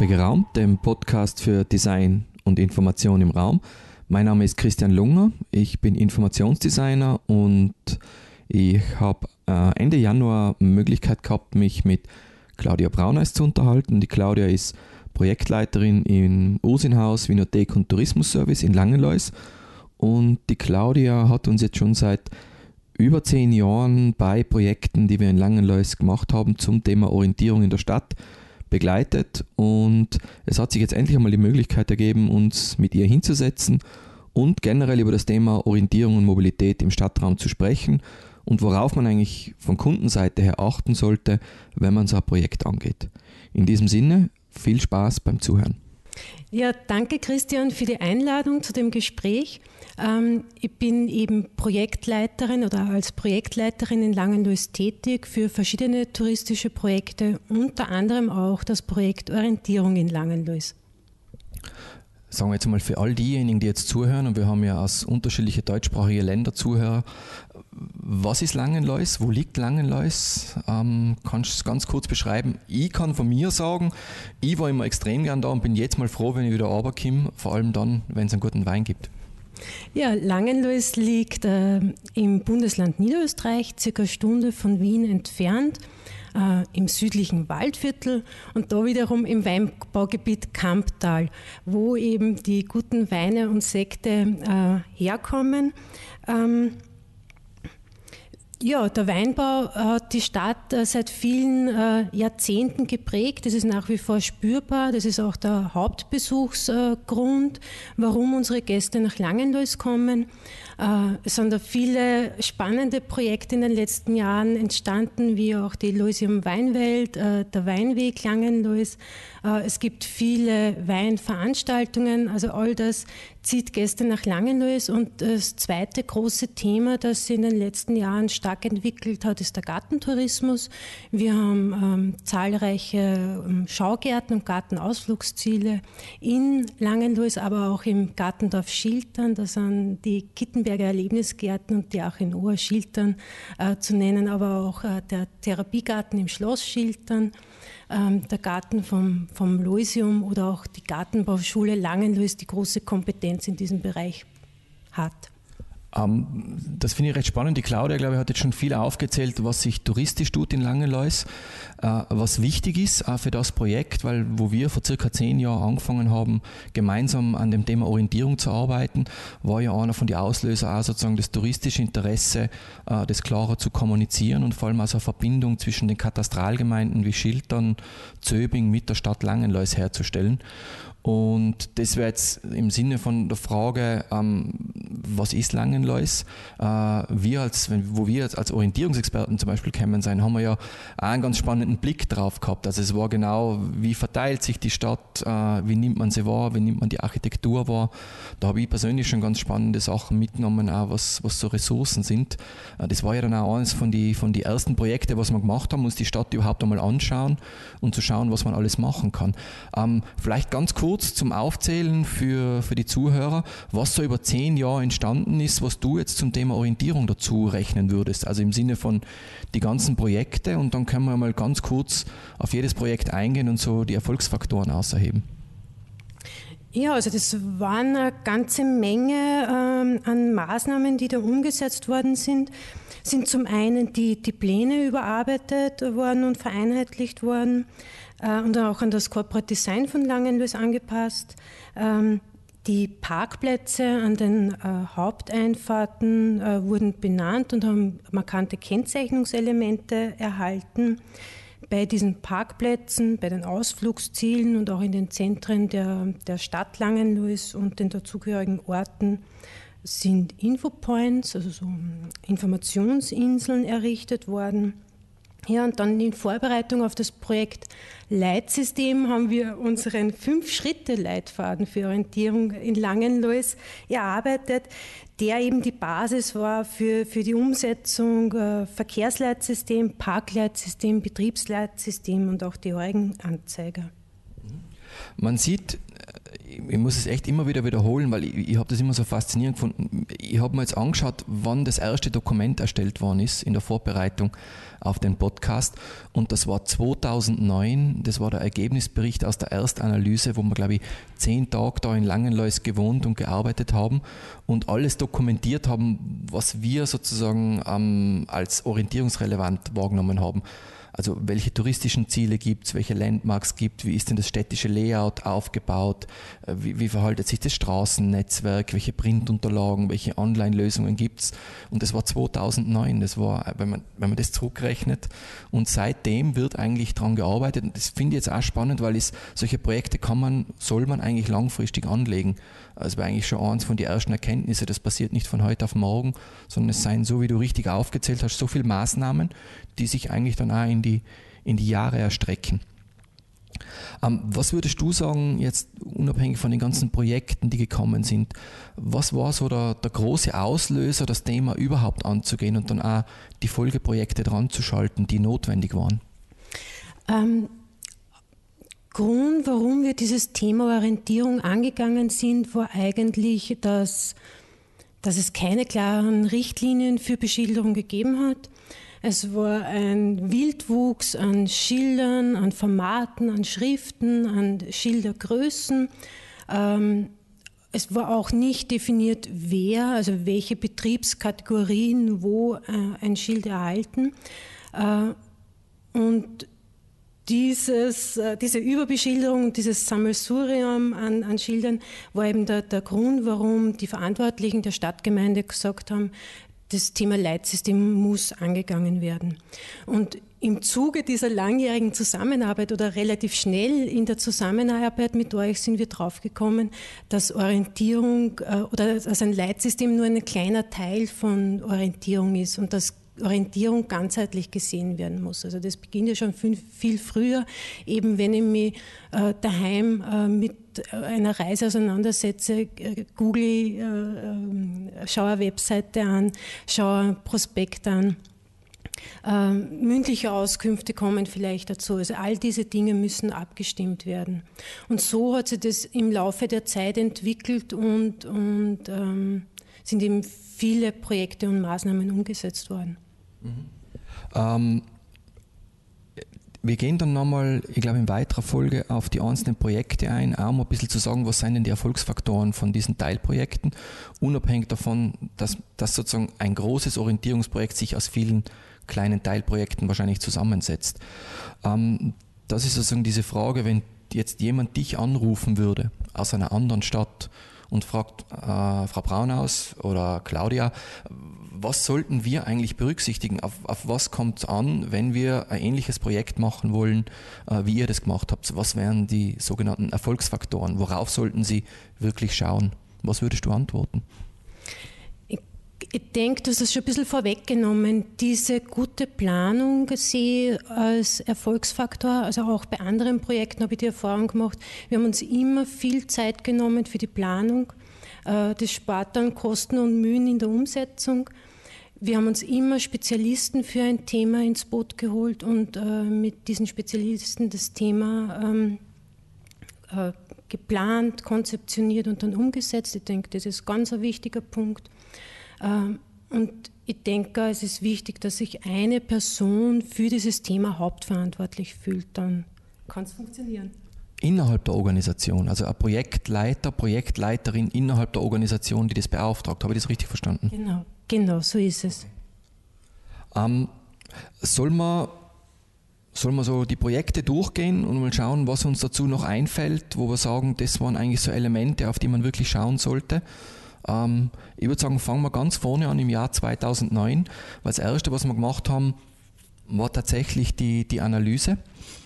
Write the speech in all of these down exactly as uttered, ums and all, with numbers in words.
Deutschsprachiger Raum, dem Podcast für Design und Information im Raum. Mein Name ist Christian Lunger, ich bin Informationsdesigner und ich habe äh, Ende Januar Möglichkeit gehabt, mich mit Claudia Brauneis zu unterhalten. Die Claudia ist Projektleiterin im Ursinhaus Winothek und Tourismusservice in Langenlois und die Claudia hat uns jetzt schon seit über zehn Jahren bei Projekten, die wir in Langenlois gemacht haben, zum Thema Orientierung in der Stadt begleitet, und es hat sich jetzt endlich einmal die Möglichkeit ergeben, uns mit ihr hinzusetzen und generell über das Thema Orientierung und Mobilität im Stadtraum zu sprechen und worauf man eigentlich von Kundenseite her achten sollte, wenn man so ein Projekt angeht. In diesem Sinne, viel Spaß beim Zuhören. Ja, danke Christian für die Einladung zu dem Gespräch. Ähm, ich bin eben Projektleiterin oder als Projektleiterin in Langenlois tätig für verschiedene touristische Projekte, unter anderem auch das Projekt Orientierung in Langenlois. Sagen wir jetzt mal für all diejenigen, die jetzt zuhören, und wir haben ja aus unterschiedliche deutschsprachige Länder Zuhörer, was ist Langenlois? Wo liegt Langenlois? Ähm, kannst du es ganz kurz beschreiben? Ich kann von mir sagen, ich war immer extrem gern da und bin jetzt mal froh, wenn ich wieder runterkomme, vor allem dann, wenn es einen guten Wein gibt. Ja, Langenlois liegt äh, im Bundesland Niederösterreich, circa eine Stunde von Wien entfernt, äh, im südlichen Waldviertel und da wiederum im Weinbaugebiet Kamptal, wo eben die guten Weine und Sekte äh, herkommen. Ähm, Ja, der Weinbau hat die Stadt seit vielen äh, Jahrzehnten geprägt. Das ist nach wie vor spürbar. Das ist auch der Hauptbesuchsgrund, warum unsere Gäste nach Langenlois kommen. Äh, es sind da viele spannende Projekte in den letzten Jahren entstanden, wie auch die Elysium Weinwelt, äh, der Weinweg Langenlois. Äh, es gibt viele Weinveranstaltungen, also all das zieht Gäste nach Langenlois. Und das zweite große Thema, das sich in den letzten Jahren stark entwickelt hat, ist der Gartentourismus. Wir haben ähm, zahlreiche ähm, Schaugärten und Gartenausflugsziele in Langenlois, aber auch im Gartendorf Schiltern. Da sind die Kittenberger Erlebnisgärten und die auch in Oberschiltern äh, zu nennen, aber auch äh, der Therapiegarten im Schloss Schiltern, ähm, der Garten vom, vom Loisium oder auch die Gartenbauschule Langenlois, die große Kompetenz in diesem Bereich hat. Um, das finde ich recht spannend. Die Claudia, glaube ich, hat jetzt schon viel aufgezählt, was sich touristisch tut in Langenlois, uh, was wichtig ist uh, für das Projekt, weil wo wir vor circa zehn Jahren angefangen haben, gemeinsam an dem Thema Orientierung zu arbeiten, war ja einer von den Auslösern auch sozusagen das touristische Interesse, uh, das klarer zu kommunizieren und vor allem also eine Verbindung zwischen den Katastralgemeinden wie Schiltern, Zöbing mit der Stadt Langenlois herzustellen. Und das wäre jetzt im Sinne von der Frage, ähm, was ist Langenlois? Äh, wir als, wenn, wo wir jetzt als Orientierungsexperten zum Beispiel gekommen sein, haben wir ja auch einen ganz spannenden Blick drauf gehabt. Also es war genau, wie verteilt sich die Stadt, äh, wie nimmt man sie wahr, wie nimmt man die Architektur wahr. Da habe ich persönlich schon ganz spannende Sachen mitgenommen, auch was, was so Ressourcen sind. Äh, das war ja dann auch eines von den von die ersten Projekten, was wir gemacht haben, uns die Stadt überhaupt einmal anschauen und zu schauen, was man alles machen kann. Ähm, vielleicht ganz kurz zum Aufzählen für, für die Zuhörer, was so über zehn Jahre entstanden ist, was du jetzt zum Thema Orientierung dazu rechnen würdest, also im Sinne von die ganzen Projekte, und dann können wir mal ganz kurz auf jedes Projekt eingehen und so die Erfolgsfaktoren ausheben. Ja, also das waren eine ganze Menge ähm, an Maßnahmen, die da umgesetzt worden sind. Sind zum einen die, die Pläne überarbeitet worden und vereinheitlicht worden äh, und auch an das Corporate Design von Langenlois angepasst. Ähm, die Parkplätze an den äh, Haupteinfahrten äh, wurden benannt und haben markante Kennzeichnungselemente erhalten. Bei diesen Parkplätzen, bei den Ausflugszielen und auch in den Zentren der, der Stadt Langenlois und den dazugehörigen Orten sind Infopoints, also so Informationsinseln errichtet worden. Ja, und dann in Vorbereitung auf das Projekt Leitsystem haben wir unseren Fünf-Schritte-Leitfaden für Orientierung in Langenlois erarbeitet, der eben die Basis war für, für die Umsetzung äh, Verkehrsleitsystem, Parkleitsystem, Betriebsleitsystem und auch die Eugenanzeiger. Man sieht ich muss es echt immer wieder wiederholen, weil ich, ich habe das immer so faszinierend gefunden. Ich habe mir jetzt angeschaut, wann das erste Dokument erstellt worden ist in der Vorbereitung auf den Podcast, und das war zweitausendneun, das war der Ergebnisbericht aus der Erstanalyse, wo wir, glaube ich, zehn Tage da in Langenlois gewohnt und gearbeitet haben und alles dokumentiert haben, was wir sozusagen ähm, als orientierungsrelevant wahrgenommen haben. Also welche touristischen Ziele gibt es, welche Landmarks gibt es, wie ist denn das städtische Layout aufgebaut, wie, wie verhaltet sich das Straßennetzwerk, welche Printunterlagen, welche Online-Lösungen gibt es. Und das war zweitausendneun, das war, wenn man, wenn man das zurückrechnet. Und seitdem wird eigentlich daran gearbeitet. Und das finde ich jetzt auch spannend, weil es, solche Projekte kann man, soll man eigentlich langfristig anlegen. Das war eigentlich schon eins von den ersten Erkenntnissen, das passiert nicht von heute auf morgen, sondern es seien, so wie du richtig aufgezählt hast, so viele Maßnahmen, die sich eigentlich dann auch in die, in die Jahre erstrecken. Ähm, was würdest du sagen, jetzt unabhängig von den ganzen Projekten, die gekommen sind, was war so der, der große Auslöser, das Thema überhaupt anzugehen und dann auch die Folgeprojekte dran zu schalten, die notwendig waren? Ähm Grund, warum wir dieses Thema Orientierung angegangen sind, war eigentlich, dass, dass es keine klaren Richtlinien für Beschilderung gegeben hat. Es war ein Wildwuchs an Schildern, an Formaten, an Schriften, an Schildergrößen. Ähm, es war auch nicht definiert, wer, also welche Betriebskategorien wo äh, ein Schild erhalten. Äh, und Dieses, diese Überbeschilderung, dieses Sammelsurium an, an Schildern war eben der, der Grund, warum die Verantwortlichen der Stadtgemeinde gesagt haben, das Thema Leitsystem muss angegangen werden. Und im Zuge dieser langjährigen Zusammenarbeit oder relativ schnell in der Zusammenarbeit mit euch sind wir draufgekommen, dass Orientierung oder dass ein Leitsystem nur ein kleiner Teil von Orientierung ist und dass Orientierung ganzheitlich gesehen werden muss. Also das beginnt ja schon viel, viel früher, eben wenn ich mich äh, daheim äh, mit einer Reise auseinandersetze, äh, google, äh, äh, schaue eine Webseite an, schaue ein Prospekt an, äh, mündliche Auskünfte kommen vielleicht dazu. Also all diese Dinge müssen abgestimmt werden. Und so hat sich das im Laufe der Zeit entwickelt und, und ähm, sind eben viele Projekte und Maßnahmen umgesetzt worden. Mhm. Ähm, wir gehen dann nochmal, ich glaube in weiterer Folge auf die einzelnen Projekte ein, auch mal ein bisschen zu sagen, was sind denn die Erfolgsfaktoren von diesen Teilprojekten, unabhängig davon, dass, dass sozusagen ein großes Orientierungsprojekt sich aus vielen kleinen Teilprojekten wahrscheinlich zusammensetzt. Ähm, das ist sozusagen diese Frage, wenn jetzt jemand dich anrufen würde aus einer anderen Stadt und fragt, äh, Frau Braunhaus oder Claudia, was sollten wir eigentlich berücksichtigen? Auf, auf was kommt es an, wenn wir ein ähnliches Projekt machen wollen, äh, wie ihr das gemacht habt? Was wären die sogenannten Erfolgsfaktoren? Worauf sollten Sie wirklich schauen? Was würdest du antworten? Ich, ich denke, du hast es schon ein bisschen vorweggenommen. Diese gute Planung sehe ich als Erfolgsfaktor. Also auch bei anderen Projekten habe ich die Erfahrung gemacht. Wir haben uns immer viel Zeit genommen für die Planung. Das spart dann Kosten und Mühen in der Umsetzung. Wir haben uns immer Spezialisten für ein Thema ins Boot geholt und äh, mit diesen Spezialisten das Thema ähm, äh, geplant, konzeptioniert und dann umgesetzt. Ich denke, das ist ganz ein wichtiger Punkt. Ähm, und ich denke, es ist wichtig, dass sich eine Person für dieses Thema hauptverantwortlich fühlt. Dann kann es funktionieren. Innerhalb der Organisation, also ein Projektleiter, Projektleiterin innerhalb der Organisation, die das beauftragt. Habe ich das richtig verstanden? Genau, genau, so ist es. Ähm, soll man, soll man so die Projekte durchgehen und mal schauen, was uns dazu noch einfällt, wo wir sagen, das waren eigentlich so Elemente, auf die man wirklich schauen sollte? Ähm, ich würde sagen, fangen wir ganz vorne an im Jahr zweitausendneun, weil das Erste, was wir gemacht haben, war tatsächlich die, die Analyse.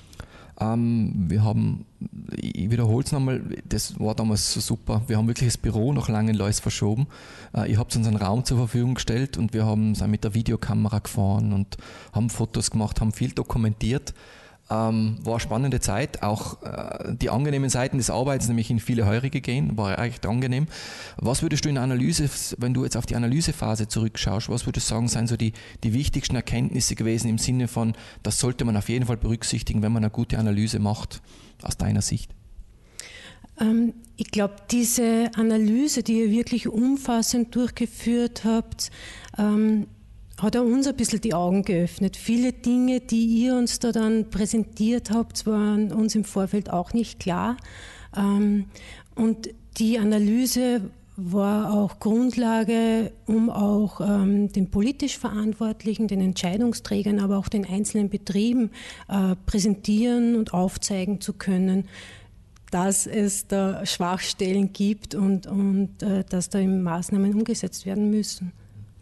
Ähm, wir haben, ich wiederhole es nochmal, das war damals so super, wir haben wirklich das Büro nach Langenlois verschoben. Äh, ich habe uns einen Raum zur Verfügung gestellt und wir haben sind mit der Videokamera gefahren und haben Fotos gemacht, haben viel dokumentiert. Ähm, war eine spannende Zeit, auch äh, die angenehmen Seiten des Arbeits, nämlich in viele Heurige gehen, war echt angenehm. Was würdest du in der Analyse, wenn du jetzt auf die Analysephase zurückschaust, was würdest du sagen, sind so die, die wichtigsten Erkenntnisse gewesen im Sinne von, das sollte man auf jeden Fall berücksichtigen, wenn man eine gute Analyse macht, aus deiner Sicht? Ähm, ich glaube, diese Analyse, die ihr wirklich umfassend durchgeführt habt, ähm, hat auch uns ein bisschen die Augen geöffnet. Viele Dinge, die ihr uns da dann präsentiert habt, waren uns im Vorfeld auch nicht klar. Ähm, und die Analyse war auch Grundlage, um auch ähm, den politisch Verantwortlichen, den Entscheidungsträgern, aber auch den einzelnen Betrieben äh, präsentieren und aufzeigen zu können, dass es da Schwachstellen gibt und, und äh, dass da Maßnahmen umgesetzt werden müssen.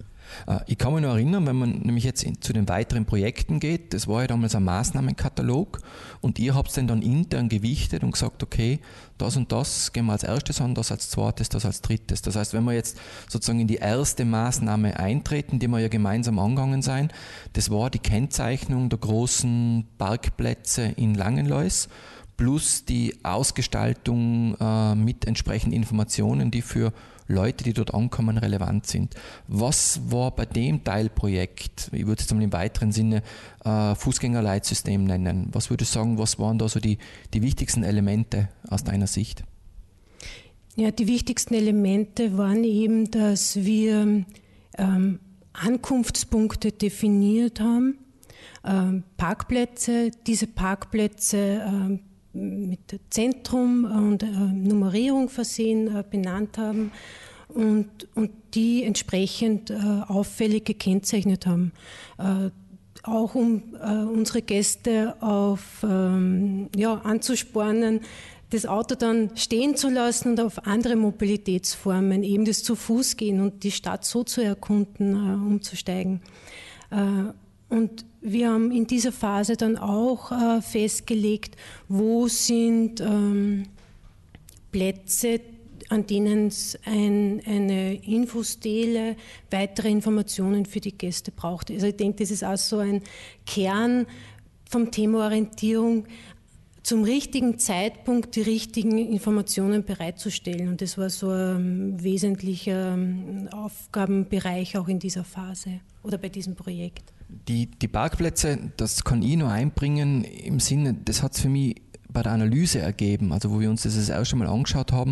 Ich kann mich noch erinnern, wenn man nämlich jetzt zu den weiteren Projekten geht, das war ja damals ein Maßnahmenkatalog und ihr habt es dann intern gewichtet und gesagt, okay, das und das gehen wir als erstes an, das als zweites, das als drittes. Das heißt, wenn wir jetzt sozusagen in die erste Maßnahme eintreten, die wir ja gemeinsam angegangen sein, das war die Kennzeichnung der großen Parkplätze in Langenlois plus die Ausgestaltung äh, mit entsprechenden Informationen, die für Leute, die dort ankommen, relevant sind. Was war bei dem Teilprojekt, ich würde es jetzt im weiteren Sinne äh, Fußgängerleitsystem nennen, was würdest du sagen, was waren da so die, die wichtigsten Elemente aus deiner Sicht? Ja, die wichtigsten Elemente waren eben, dass wir ähm, Ankunftspunkte definiert haben, ähm, Parkplätze, diese Parkplätze ähm, mit Zentrum und äh, Nummerierung versehen, äh, benannt haben und, und die entsprechend äh, auffällig gekennzeichnet haben. Äh, auch um äh, unsere Gäste auf, ähm, ja, anzuspornen, das Auto dann stehen zu lassen und auf andere Mobilitätsformen, eben das zu Fuß gehen und die Stadt so zu erkunden, äh, umzusteigen. Äh, Und wir haben in dieser Phase dann auch äh, festgelegt, wo sind ähm, Plätze, an denen es ein, eine Infostele, weitere Informationen für die Gäste braucht. Also ich denke, das ist auch so ein Kern vom Thema Orientierung, zum richtigen Zeitpunkt die richtigen Informationen bereitzustellen. Und das war so ein wesentlicher Aufgabenbereich auch in dieser Phase oder bei diesem Projekt. Die, die Parkplätze, das kann ich noch einbringen im Sinne, das hat es für mich bei der Analyse ergeben, also wo wir uns das das erste Mal angeschaut haben.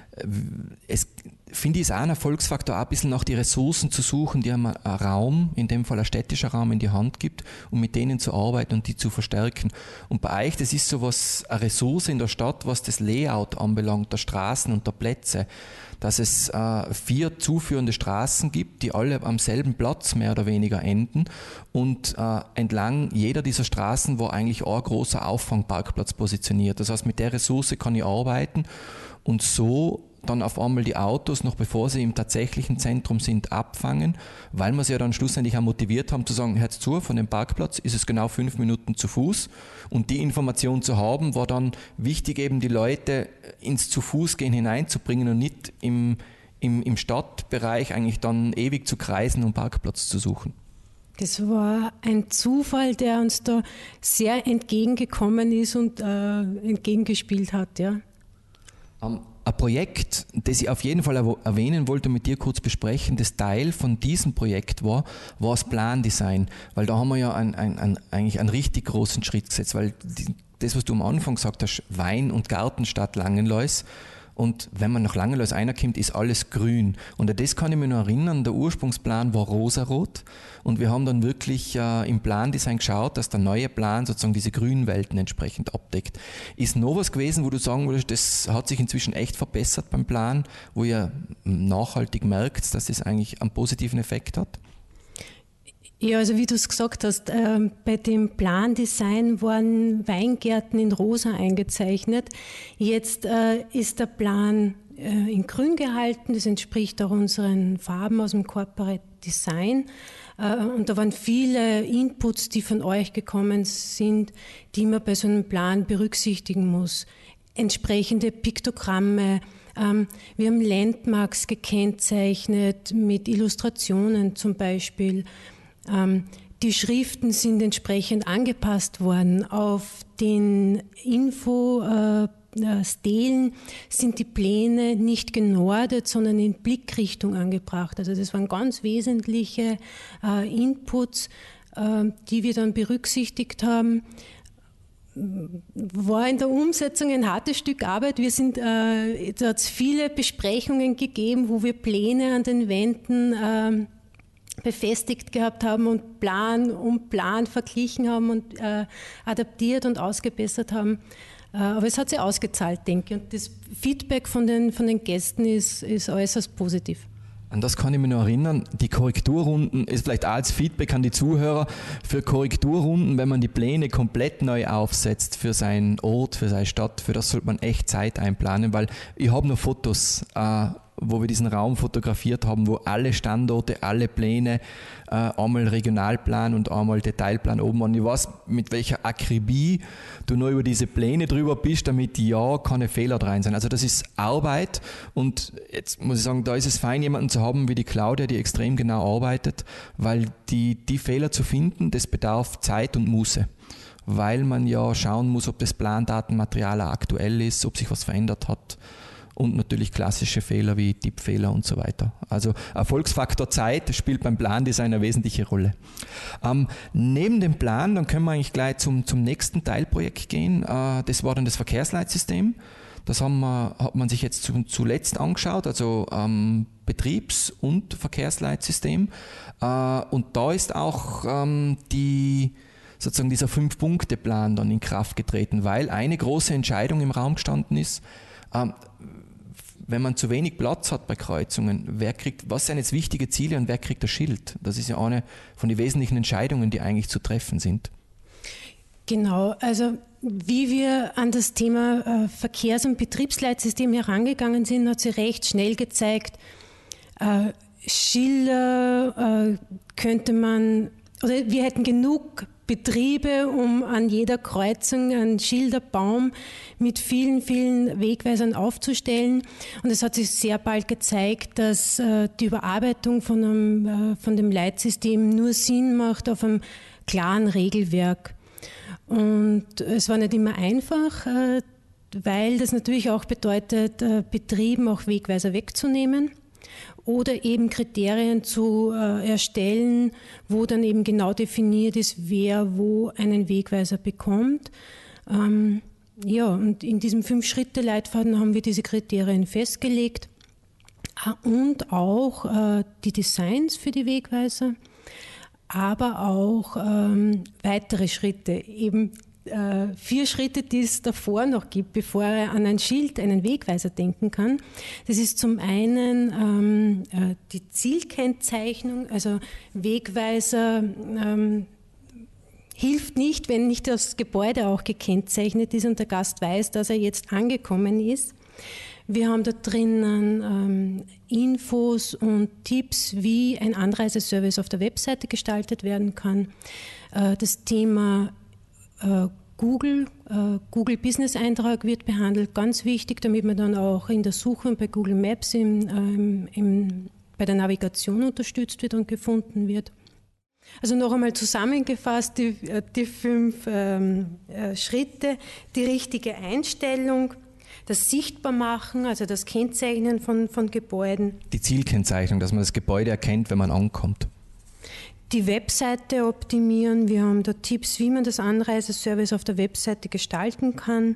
Es finde ich es auch ein Erfolgsfaktor, auch ein bisschen nach die Ressourcen zu suchen, die einem einen Raum, in dem Fall ein städtischer Raum, in die Hand gibt, um mit denen zu arbeiten und die zu verstärken. Und bei euch, das ist so was, eine Ressource in der Stadt, was das Layout anbelangt, der Straßen und der Plätze, dass es äh, vier zuführende Straßen gibt, die alle am selben Platz mehr oder weniger enden und äh, entlang jeder dieser Straßen war eigentlich auch ein großer Auffangparkplatz positioniert. Das heißt, mit der Ressource kann ich arbeiten und so dann auf einmal die Autos, noch bevor sie im tatsächlichen Zentrum sind, abfangen, weil wir sie ja dann schlussendlich auch motiviert haben zu sagen, hört zu, von dem Parkplatz ist es genau fünf Minuten zu Fuß und die Information zu haben, war dann wichtig, eben die Leute ins Zu-Fuß-Gehen hineinzubringen und nicht im, im, im Stadtbereich eigentlich dann ewig zu kreisen, um Parkplatz zu suchen. Das war ein Zufall, der uns da sehr entgegengekommen ist und äh, entgegengespielt hat, ja. Um, Ein Projekt, das ich auf jeden Fall erwähnen wollte und mit dir kurz besprechen, das Teil von diesem Projekt war, war das Plandesign, weil da haben wir ja ein, ein, ein, eigentlich einen richtig großen Schritt gesetzt, weil die, das, was du am Anfang gesagt hast, Wein- und Gartenstadt Langenlois, und wenn man nach Langenlois reinkommt, ist alles grün. Und an das kann ich mich noch erinnern, der Ursprungsplan war rosarot und wir haben dann wirklich äh, im Plandesign geschaut, dass der neue Plan sozusagen diese Grünwelten entsprechend abdeckt. Ist noch was gewesen, wo du sagen würdest, das hat sich inzwischen echt verbessert beim Plan, wo ihr nachhaltig merkt, dass das eigentlich einen positiven Effekt hat? Ja, also wie du es gesagt hast, äh, bei dem Plandesign waren Weingärten in rosa eingezeichnet. Jetzt äh, ist der Plan äh, in grün gehalten, das entspricht auch unseren Farben aus dem Corporate Design. Äh, und da waren viele Inputs, die von euch gekommen sind, die man bei so einem Plan berücksichtigen muss. Entsprechende Piktogramme. Ähm, wir haben Landmarks gekennzeichnet mit Illustrationen zum Beispiel. Die Schriften sind entsprechend angepasst worden. Auf den Infostelen sind die Pläne nicht genordet, sondern in Blickrichtung angebracht. Also das waren ganz wesentliche Inputs, die wir dann berücksichtigt haben. war in der Umsetzung ein hartes Stück Arbeit. Wir sind, äh, da hat es viele Besprechungen gegeben, wo wir Pläne an den Wänden äh, befestigt gehabt haben und Plan um Plan verglichen haben und äh, adaptiert und ausgebessert haben. Äh, aber es hat sich ausgezahlt, denke ich. Und das Feedback von den, von den Gästen ist, ist äußerst positiv. An das kann ich mich noch erinnern, die Korrekturrunden ist vielleicht auch als Feedback an die Zuhörer. Für Korrekturrunden, wenn man die Pläne komplett neu aufsetzt für seinen Ort, für seine Stadt, für das sollte man echt Zeit einplanen, weil ich habe noch Fotos, äh, wo wir diesen Raum fotografiert haben, wo alle Standorte, alle Pläne, äh, einmal Regionalplan und einmal Detailplan oben waren. Ich weiß, mit welcher Akribie du nur über diese Pläne drüber bist, damit ja keine Fehler drin sind. Also das ist Arbeit und jetzt muss ich sagen, da ist es fein, jemanden zu haben wie die Claudia, die extrem genau arbeitet, weil die, die Fehler zu finden, das bedarf Zeit und Muße. Weil man ja schauen muss, ob das Plandatenmaterial aktuell ist, ob sich was verändert hat. Und natürlich klassische Fehler wie Tippfehler und so weiter. Also Erfolgsfaktor Zeit spielt beim Plandesign eine wesentliche Rolle. Ähm, neben dem Plan, dann können wir eigentlich gleich zum, zum nächsten Teilprojekt gehen. Äh, das war dann das Verkehrsleitsystem. Das haben wir, hat man sich jetzt zu, zuletzt angeschaut, also ähm, Betriebs- und Verkehrsleitsystem. Äh, und da ist auch ähm, die sozusagen dieser Fünf-Punkte-Plan dann in Kraft getreten, weil eine große Entscheidung im Raum gestanden ist, ähm, wenn man zu wenig Platz hat bei Kreuzungen, wer kriegt, was sind jetzt wichtige Ziele und wer kriegt das Schild? Das ist ja eine von den wesentlichen Entscheidungen, die eigentlich zu treffen sind. Genau, also wie wir an das Thema äh, Verkehrs- und Betriebsleitsystem herangegangen sind, hat sich recht schnell gezeigt, äh, Schilder äh, könnte man, oder wir hätten genug Betriebe, um an jeder Kreuzung einen Schilderbaum mit vielen, vielen Wegweisern aufzustellen. Und es hat sich sehr bald gezeigt, dass äh, die Überarbeitung von, einem, äh, von dem Leitsystem nur Sinn macht auf einem klaren Regelwerk. Und es war nicht immer einfach, äh, weil das natürlich auch bedeutet, äh, Betrieben auch Wegweiser wegzunehmen. Oder eben Kriterien zu äh, erstellen, wo dann eben genau definiert ist, wer wo einen Wegweiser bekommt. Ähm, ja, und in diesem Fünf-Schritte-Leitfaden haben wir diese Kriterien festgelegt und auch äh, die Designs für die Wegweiser, aber auch ähm, weitere Schritte, eben äh, vier Schritte, die es davor noch gibt, bevor er an ein Schild, einen Wegweiser denken kann. Das ist zum einen ähm, äh, die Zielkennzeichnung, also Wegweiser ähm, hilft nicht, wenn nicht das Gebäude auch gekennzeichnet ist und der Gast weiß, dass er jetzt angekommen ist. Wir haben da drinnen ähm, Infos und Tipps, wie ein Anreiseservice auf der Webseite gestaltet werden kann. Äh, das Thema äh, Google, äh, Google Business Eintrag wird behandelt, ganz wichtig, damit man dann auch in der Suche und bei Google Maps im, ähm, im, bei der Navigation unterstützt wird und gefunden wird. Also noch einmal zusammengefasst, die, die fünf ähm, äh, Schritte, die richtige Einstellung, das Sichtbarmachen, also das Kennzeichnen von, von Gebäuden. Die Zielkennzeichnung, dass man das Gebäude erkennt, wenn man ankommt. Die Webseite optimieren. Wir haben da Tipps, wie man das Anreiseservice auf der Webseite gestalten kann.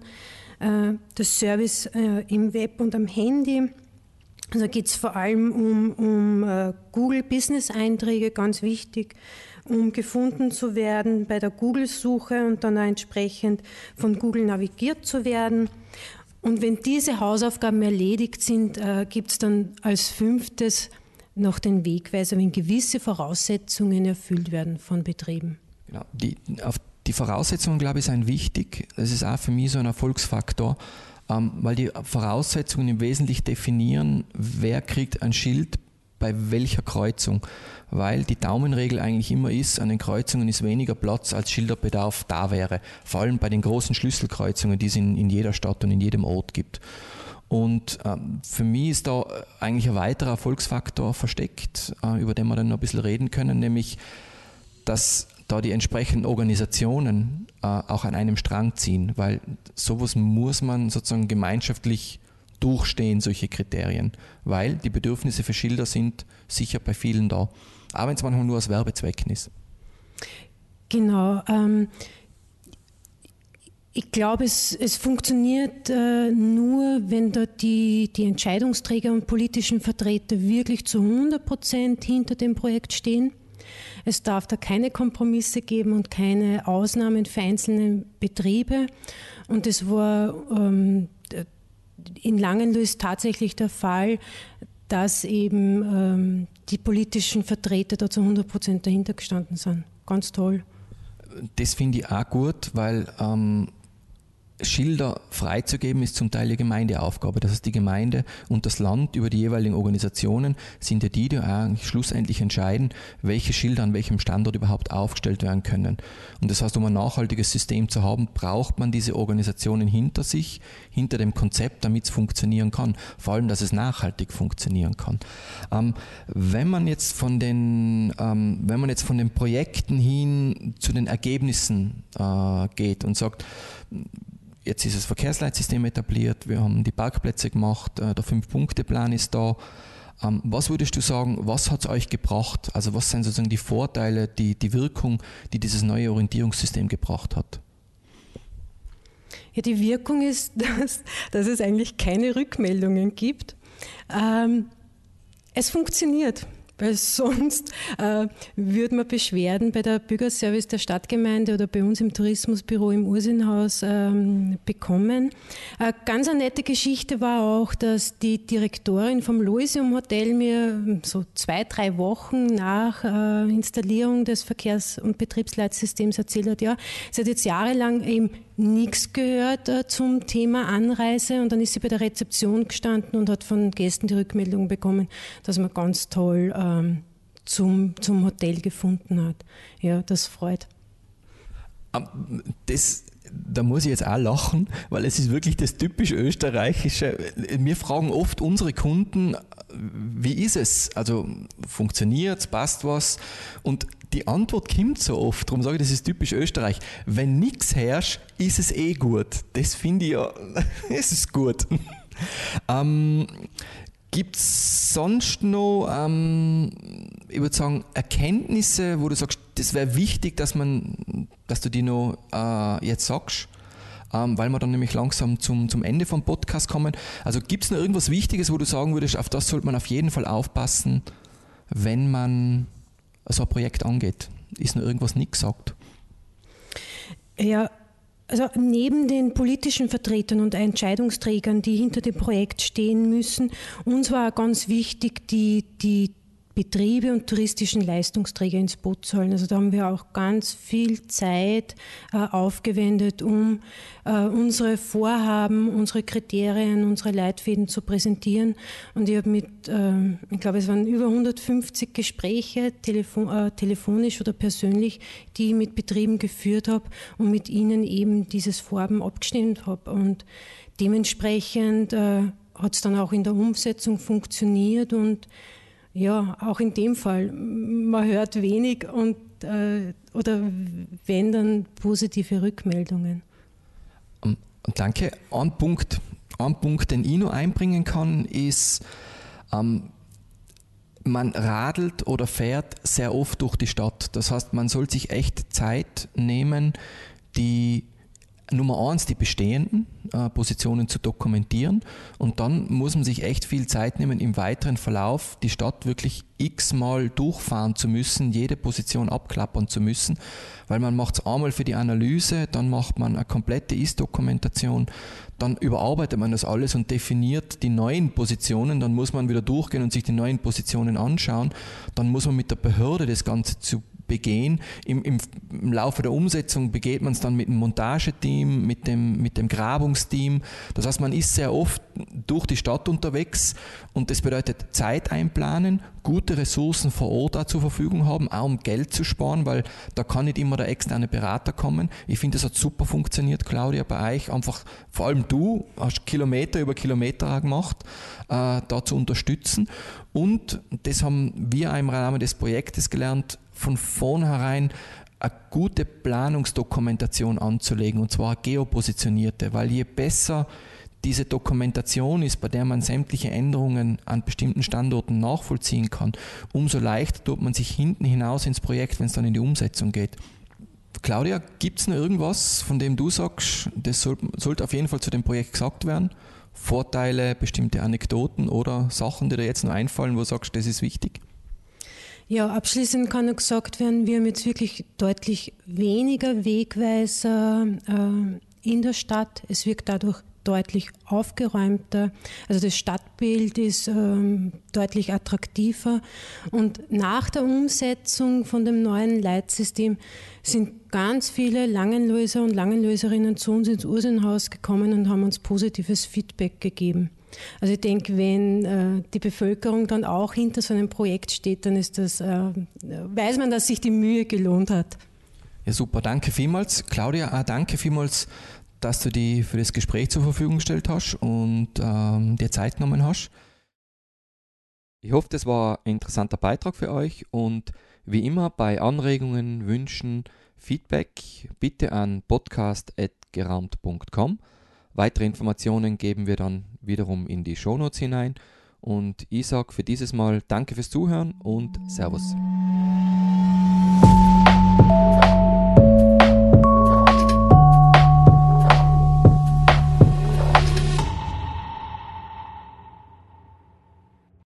Das Service im Web und am Handy. Also geht es vor allem um, um Google Business Einträge, ganz wichtig, um gefunden zu werden bei der Google-Suche und dann auch entsprechend von Google navigiert zu werden. Und wenn diese Hausaufgaben erledigt sind, gibt es dann als fünftes noch den Wegweiser, wenn gewisse Voraussetzungen erfüllt werden von Betrieben. Genau. Die, auf die Voraussetzungen, glaube ich, sind wichtig. Das ist auch für mich so ein Erfolgsfaktor, ähm, weil die Voraussetzungen im Wesentlichen definieren, wer kriegt ein Schild bei welcher Kreuzung. Weil die Daumenregel eigentlich immer ist, an den Kreuzungen ist weniger Platz, als Schilderbedarf da wäre. Vor allem bei den großen Schlüsselkreuzungen, die es in, in jeder Stadt und in jedem Ort gibt. Und ähm, für mich ist da eigentlich ein weiterer Erfolgsfaktor versteckt, äh, über den wir dann noch ein bisschen reden können, nämlich, dass da die entsprechenden Organisationen äh, auch an einem Strang ziehen, weil sowas muss man sozusagen gemeinschaftlich durchstehen, solche Kriterien, weil die Bedürfnisse für Schilder sind sicher bei vielen da, auch wenn es manchmal nur aus Werbezwecken ist. Genau. Ähm Ich glaube, es, es funktioniert äh, nur, wenn da die, die Entscheidungsträger und politischen Vertreter wirklich zu hundert Prozent hinter dem Projekt stehen. Es darf da keine Kompromisse geben und keine Ausnahmen für einzelne Betriebe. Und es war ähm, in Langenlois tatsächlich der Fall, dass eben ähm, die politischen Vertreter da zu hundert Prozent dahinter gestanden sind. Ganz toll. Das finde ich auch gut, weil ähm, Schilder freizugeben ist zum Teil die Gemeindeaufgabe. Das heißt, die Gemeinde und das Land über die jeweiligen Organisationen sind ja die, die eigentlich schlussendlich entscheiden, welche Schilder an welchem Standort überhaupt aufgestellt werden können. Und das heißt, um ein nachhaltiges System zu haben, braucht man diese Organisationen hinter sich, hinter dem Konzept, damit es funktionieren kann. Vor allem, dass es nachhaltig funktionieren kann. Ähm, wenn man jetzt von den, ähm, wenn man jetzt von den Projekten hin zu den Ergebnissen äh, geht und sagt, jetzt ist das Verkehrsleitsystem etabliert, wir haben die Parkplätze gemacht, der Fünf-Punkte-Plan ist da. Was würdest du sagen, was hat es euch gebracht? Also was sind sozusagen die Vorteile, die, die Wirkung, die dieses neue Orientierungssystem gebracht hat? Ja, die Wirkung ist, dass, dass es eigentlich keine Rückmeldungen gibt. Ähm, es funktioniert. Weil sonst äh, würde man Beschwerden bei der Bürgerservice der Stadtgemeinde oder bei uns im Tourismusbüro im Ursinhaus ähm, bekommen. Äh, ganz eine nette Geschichte war auch, dass die Direktorin vom Loisium Hotel mir so zwei, drei Wochen nach äh, Installierung des Verkehrs- und Betriebsleitsystems erzählt hat, ja, sie hat jetzt jahrelang eben nichts gehört äh, zum Thema Anreise und dann ist sie bei der Rezeption gestanden und hat von Gästen die Rückmeldung bekommen, dass man ganz toll ähm, zum, zum Hotel gefunden hat. Ja, das freut. Das, da muss ich jetzt auch lachen, weil es ist wirklich das typisch Österreichische. Wir fragen oft unsere Kunden, wie ist es? Also funktioniert es, passt was? Und die Antwort kommt so oft, darum sage ich, das ist typisch Österreich. Wenn nichts herrscht, ist es eh gut. Das finde ich ja, es ist gut. ähm, Gibt es sonst noch, ähm, ich würde sagen, Erkenntnisse, wo du sagst, das wäre wichtig, dass man, dass du die noch äh, jetzt sagst, ähm, weil wir dann nämlich langsam zum, zum Ende vom Podcast kommen. Also gibt es noch irgendwas Wichtiges, wo du sagen würdest, auf das sollte man auf jeden Fall aufpassen, wenn man so ein Projekt angeht? Ist noch irgendwas nicht gesagt? Ja, also neben den politischen Vertretern und Entscheidungsträgern, die hinter dem Projekt stehen müssen, uns war ganz wichtig, die, die Betriebe und touristischen Leistungsträger ins Boot zu holen. Also da haben wir auch ganz viel Zeit äh, aufgewendet, um äh, unsere Vorhaben, unsere Kriterien, unsere Leitfäden zu präsentieren. Und ich habe mit, äh, ich glaube, es waren über hundertfünfzig Gespräche, telefon, äh, telefonisch oder persönlich, die ich mit Betrieben geführt habe und mit ihnen eben dieses Vorhaben abgestimmt habe. Und dementsprechend äh, hat es dann auch in der Umsetzung funktioniert und ja, auch in dem Fall, man hört wenig und, äh, oder wenn, dann positive Rückmeldungen. Danke. Ein Punkt, ein Punkt, den ich noch einbringen kann, ist, ähm, man radelt oder fährt sehr oft durch die Stadt. Das heißt, man soll sich echt Zeit nehmen, die Nummer eins, die bestehenden äh, Positionen zu dokumentieren, und dann muss man sich echt viel Zeit nehmen, im weiteren Verlauf die Stadt wirklich x-mal durchfahren zu müssen, jede Position abklappern zu müssen, weil man macht es einmal für die Analyse, dann macht man eine komplette Ist-Dokumentation, dann überarbeitet man das alles und definiert die neuen Positionen, dann muss man wieder durchgehen und sich die neuen Positionen anschauen, dann muss man mit der Behörde das Ganze zu begehen. Im, im, im Laufe der Umsetzung begeht man es dann mit dem Montageteam, mit dem, mit dem Grabungsteam. Das heißt, man ist sehr oft durch die Stadt unterwegs und das bedeutet Zeit einplanen, gute Ressourcen vor Ort auch zur Verfügung haben, auch um Geld zu sparen, weil da kann nicht immer der externe Berater kommen. Ich finde, das hat super funktioniert, Claudia, bei euch. Einfach, vor allem du, hast Kilometer über Kilometer gemacht, äh, da zu unterstützen. Und das haben wir auch im Rahmen des Projektes gelernt, von vornherein eine gute Planungsdokumentation anzulegen, und zwar eine geopositionierte, weil je besser diese Dokumentation ist, bei der man sämtliche Änderungen an bestimmten Standorten nachvollziehen kann, umso leichter tut man sich hinten hinaus ins Projekt, wenn es dann in die Umsetzung geht. Claudia, gibt es noch irgendwas, von dem du sagst, das soll, sollte auf jeden Fall zu dem Projekt gesagt werden? Vorteile, bestimmte Anekdoten oder Sachen, die dir jetzt noch einfallen, wo du sagst, das ist wichtig? Ja, abschließend kann noch gesagt werden, wir haben jetzt wirklich deutlich weniger Wegweiser äh, in der Stadt. Es wirkt dadurch deutlich aufgeräumter. Also das Stadtbild ist ähm, deutlich attraktiver. Und nach der Umsetzung von dem neuen Leitsystem sind ganz viele Langenlöser und Langenlöserinnen zu uns ins Ursenhaus gekommen und haben uns positives Feedback gegeben. Also ich denke, wenn äh, die Bevölkerung dann auch hinter so einem Projekt steht, dann ist das, äh, weiß man, dass sich die Mühe gelohnt hat. Ja, super. Danke vielmals. Claudia, auch danke vielmals, dass du die für das Gespräch zur Verfügung gestellt hast und ähm, dir Zeit genommen hast. Ich hoffe, das war ein interessanter Beitrag für euch und wie immer bei Anregungen, Wünschen, Feedback bitte an podcast at geraumt punkt com. Weitere Informationen geben wir dann wiederum in die Shownotes hinein und ich sage für dieses Mal danke fürs Zuhören und Servus.